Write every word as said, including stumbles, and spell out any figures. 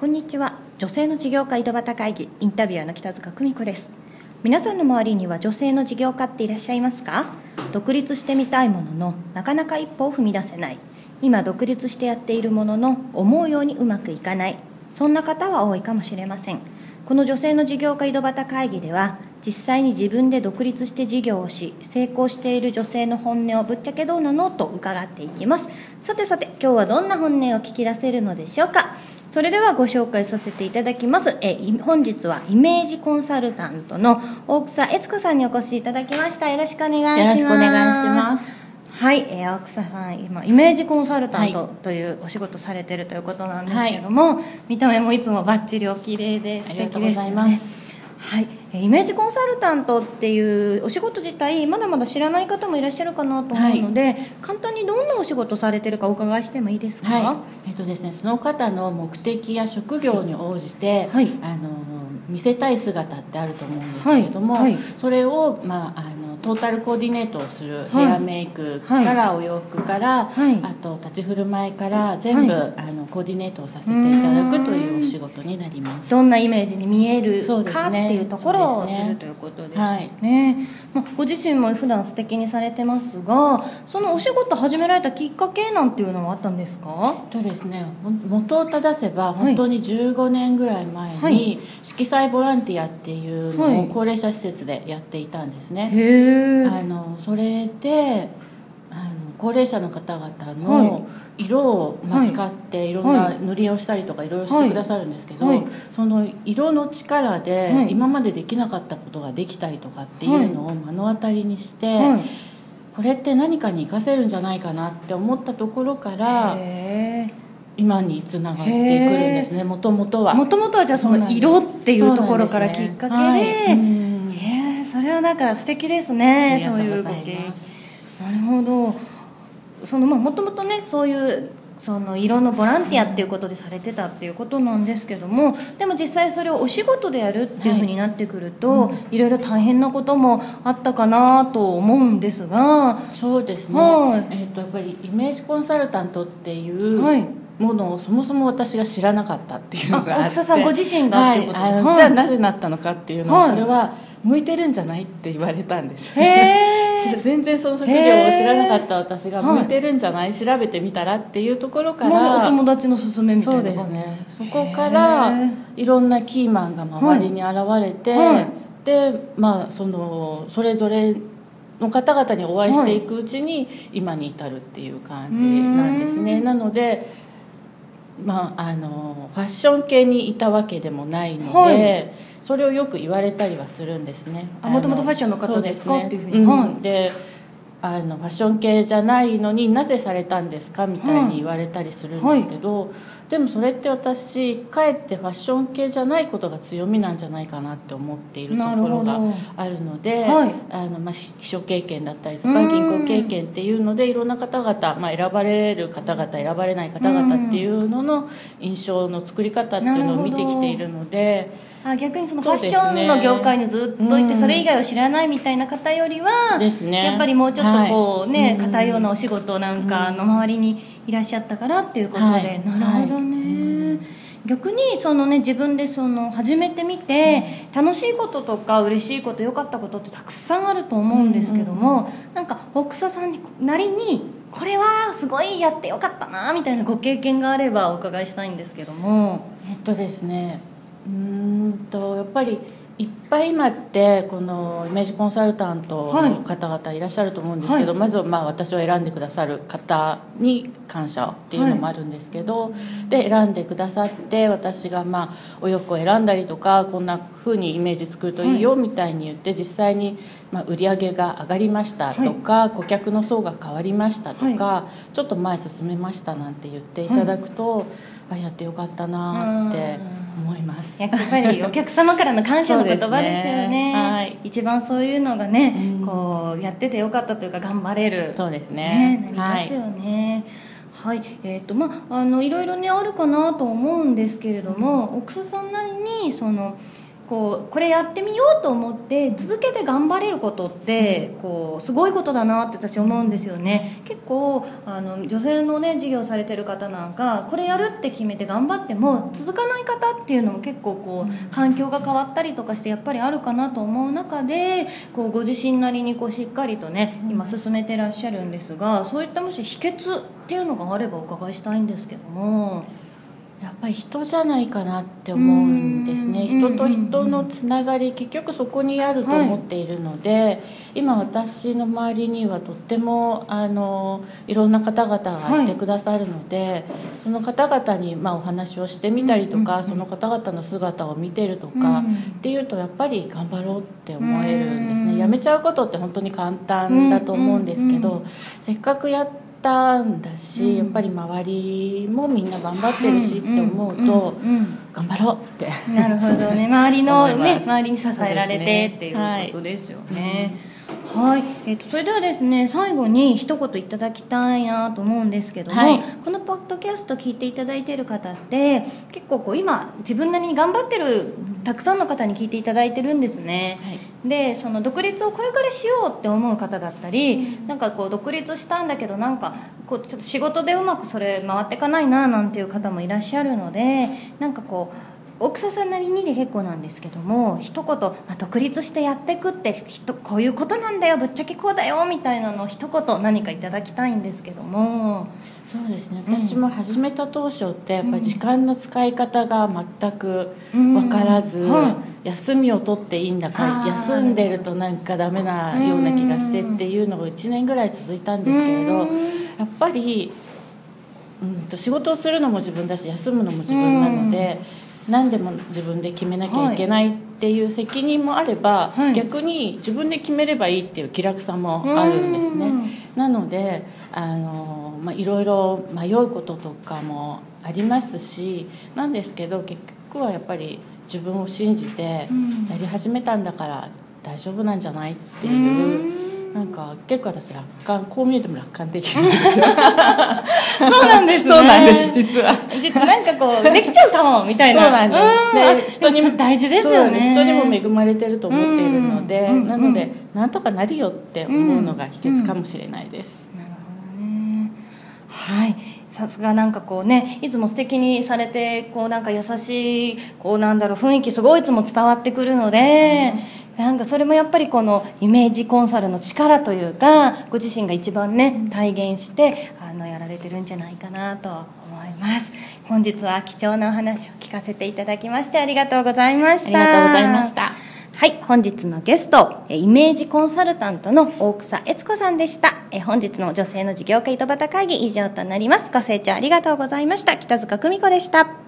こんにちは。女性の事業家井戸端会議インタビュアーの北塚久美子です。皆さんの周りには女性の事業家っていらっしゃいますか？独立してみたいもののなかなか一歩を踏み出せない、今独立してやっているものの思うようにうまくいかない、そんな方は多いかもしれません。この女性の事業家井戸端会議では、実際に自分で独立して事業をし成功している女性の本音をぶっちゃけどうなのと伺っていきます。さてさて、今日はどんな本音を聞き出せるのでしょうか。それではご紹介させていただきます。え本日はイメージコンサルタントの大草悦子さんにお越しいただきました。よろしくお願いします。 よろしくお願いします。 はい、えー、青草さん、今イメージコンサルタントというお仕事されているということなんですけども、はい、見た目もいつもバッチリお綺麗で素敵ですね。ありがとうございます。はい、イメージコンサルタントっていうお仕事自体まだまだ知らない方もいらっしゃるかなと思うので、はい、簡単にどんなお仕事されてるかお伺いしてもいいですか？ はい、えっとですね、その方の目的や職業に応じて、はい、あの見せたい姿ってあると思うんですけれども、はいはい、それを、まあ、あのトータルコーディネートをする、ヘアメイクからお洋服から、はい、あと立ち振る舞いから全部、はい、あのコーディネートをさせていただくというお仕事になります。 どんなイメージに見えるかっていうところをするということですね。はいね、まあ、ご自身も普段素敵にされてますが、そのお仕事始められたきっかけなんていうのはあったんですか？ とですね、元を正せば本当にじゅうごねんぐらい前に、はい、色彩ボランティアっていうのを高齢者施設でやっていたんですね。へー。あのそれであの高齢者の方々の色を使っていろんな塗り絵をしたりとかいろいろしてくださるんですけど、はいはい、その色の力で今までできなかったことができたりとかっていうのを目の当たりにして、はい、これって何かに活かせるんじゃないかなって思ったところから今につながってくるんですね。もともとはもともとはじゃあその色っていうところからきっかけで、はい、へー、それはなんか素敵ですね。そういうご経験。なるほど。そのまあもともとね、そういうその色のボランティアっていうことでされてたっていうことなんですけども、でも実際それをお仕事でやるっていうふうになってくると、はい、いろいろ大変なこともあったかなと思うんですが。 そうですね、はい、えーと、やっぱりイメージコンサルタントっていう、はいものをそもそも私が知らなかったっていうのがあって、 大草さんご自身がっていうことで、 はいはい、じゃあなぜなったのかっていうのを、はい、これは向いてるんじゃないって言われたんです。へー全然その職業を知らなかった私が向いてるんじゃない、はい、調べてみたらっていうところから、 お友達の勧めみたいな。 そうですね、そこからいろんなキーマンが周りに現れて、はいはい、でまあそのそれぞれの方々にお会いしていくうちに今に至るっていう感じなんですね。なのでまあ、あのファッション系にいたわけでもないので、はい、それをよく言われたりはするんですね。 もともとファッションの方ですか、 ね、 っていうふうに、 うん、であのファッション系じゃないのになぜされたんですかみたいに言われたりするんですけど、はいはい、でもそれって私かえってファッション系じゃないことが強みなんじゃないかなって思っているところがあるので、はい、あのまあ、秘書経験だったりとか銀行経験っていうのでいろんな方々、まあ、選ばれる方々選ばれない方々っていうのの印象の作り方っていうのを見てきているので、 あ、逆にそのファッションの業界にずっといてそれ以外を知らないみたいな方よりは、ですね、やっぱりもうちょっとこうね、はい、硬いようなお仕事なんかの周りにいらっしゃったからっていうことで、はい、なるほどね、はい、逆にそのね自分でその始めてみて楽しいこととか嬉しいこと良かったことってたくさんあると思うんですけども、なんか大草さんなりにこれはすごいやってよかったなみたいなご経験があればお伺いしたいんですけども。 えっとですねうーんとやっぱりいっぱい今ってこのイメージコンサルタントの方々いらっしゃると思うんですけど、はい、まずはまあ私を選んでくださる方に感謝っていうのもあるんですけど、はい、で選んでくださって私がまあお洋服を選んだりとかこんな風にイメージ作るといいよみたいに言って実際にまあ売り上げが上がりましたとか、はい、顧客の層が変わりましたとか、はい、ちょっと前進めましたなんて言っていただくと、はい、あやってよかったなって思います。 やっぱりお客様からの感謝の言葉ですよね。はい、一番そういうのがね、うん、こうやっててよかったというか頑張れる、 そうですね、 ね、なりますよね。はい、はい、えーとまあ、あのいろいろねあるかなと思うんですけれども、奥草さんなりにそのこうこれやってみようと思って続けて頑張れることってこうすごいことだなって私思うんですよね。結構あの女性のね事業されてる方なんかこれやるって決めて頑張っても続かない方っていうのも結構こう環境が変わったりとかしてやっぱりあるかなと思う中でこうご自身なりにこうしっかりとね今進めてらっしゃるんですが、そういったもし秘訣っていうのがあればお伺いしたいんですけども。 やっぱり人じゃないかなって思うんですね。人と人のつながり、結局そこにあると思っているので、はい、今私の周りにはとってもあのいろんな方々がいてくださるので、はい、その方々にまあお話をしてみたりとか、その方々の姿を見てるとかっていうとやっぱり頑張ろうって思えるんですね。やめちゃうことって本当に簡単だと思うんですけど、せっかくやってたんだし、うん、やっぱり周りもみんな頑張ってるしって思うと、うんうんうん、頑張ろうってなるほどね、周りのね周りに支えられてっていうことですよね。はい、えー、とそれではですね最後に一言いただきたいなと思うんですけども、はい、このポッドキャスト聞いていただいている方って結構こう今自分なりに頑張ってるたくさんの方に聞いていただいてるんですね、はい、でその独立をこれからしようって思う方だったり、うん、なんかこう独立したんだけどなんかこうちょっと仕事でうまくそれ回っていかないななんていう方もいらっしゃるので、なんかこう大草さんなりにで結構なんですけども一言、まあ、独立してやっていくってこういうことなんだよぶっちゃけこうだよみたいなのを一言何かいただきたいんですけども。 そうですね、私も始めた当初ってやっぱ時間の使い方が全く分からず、うんはい、休みを取っていいんだか休んでるとなんかダメなような気がしてっていうのがいちねんぐらい続いたんですけれど、やっぱり、うんと仕事をするのも自分だし休むのも自分なので、何でも自分で決めなきゃいけないっていう責任もあれば、はい、逆に自分で決めればいいっていう気楽さもあるんですね。なのであの、まあ、いろいろ迷うこととかもありますしなんですけど、結局はやっぱり自分を信じてやり始めたんだから大丈夫なんじゃないっていう、なんか結構私楽観、こう見えても楽観的なんですよそうなんですね。 そうなんです実はなんかこうできちゃうかもみたいな。 そうなんです。 で人にも大事ですよね。 人にも恵まれてると思っているので、なのでなんとかなるよって思うのが秘訣かもしれないです、 うんうん、なるほどね。はい、さすがなんかこうねいつも素敵にされてこうなんか優しいこうなんだろう雰囲気すごいいつも伝わってくるので、うん、なんかそれもやっぱりこのイメージコンサルの力というかご自身が一番ね体現してあのやられてるんじゃないかなと思います。本日は貴重なお話を聞かせていただきましてありがとうございました。 ありがとうございました。 はい、本日のゲストイメージコンサルタントの大草悦子さんでした。本日の女性の事業家井戸端会議以上となります。ご清聴ありがとうございました。北塚久美子でした。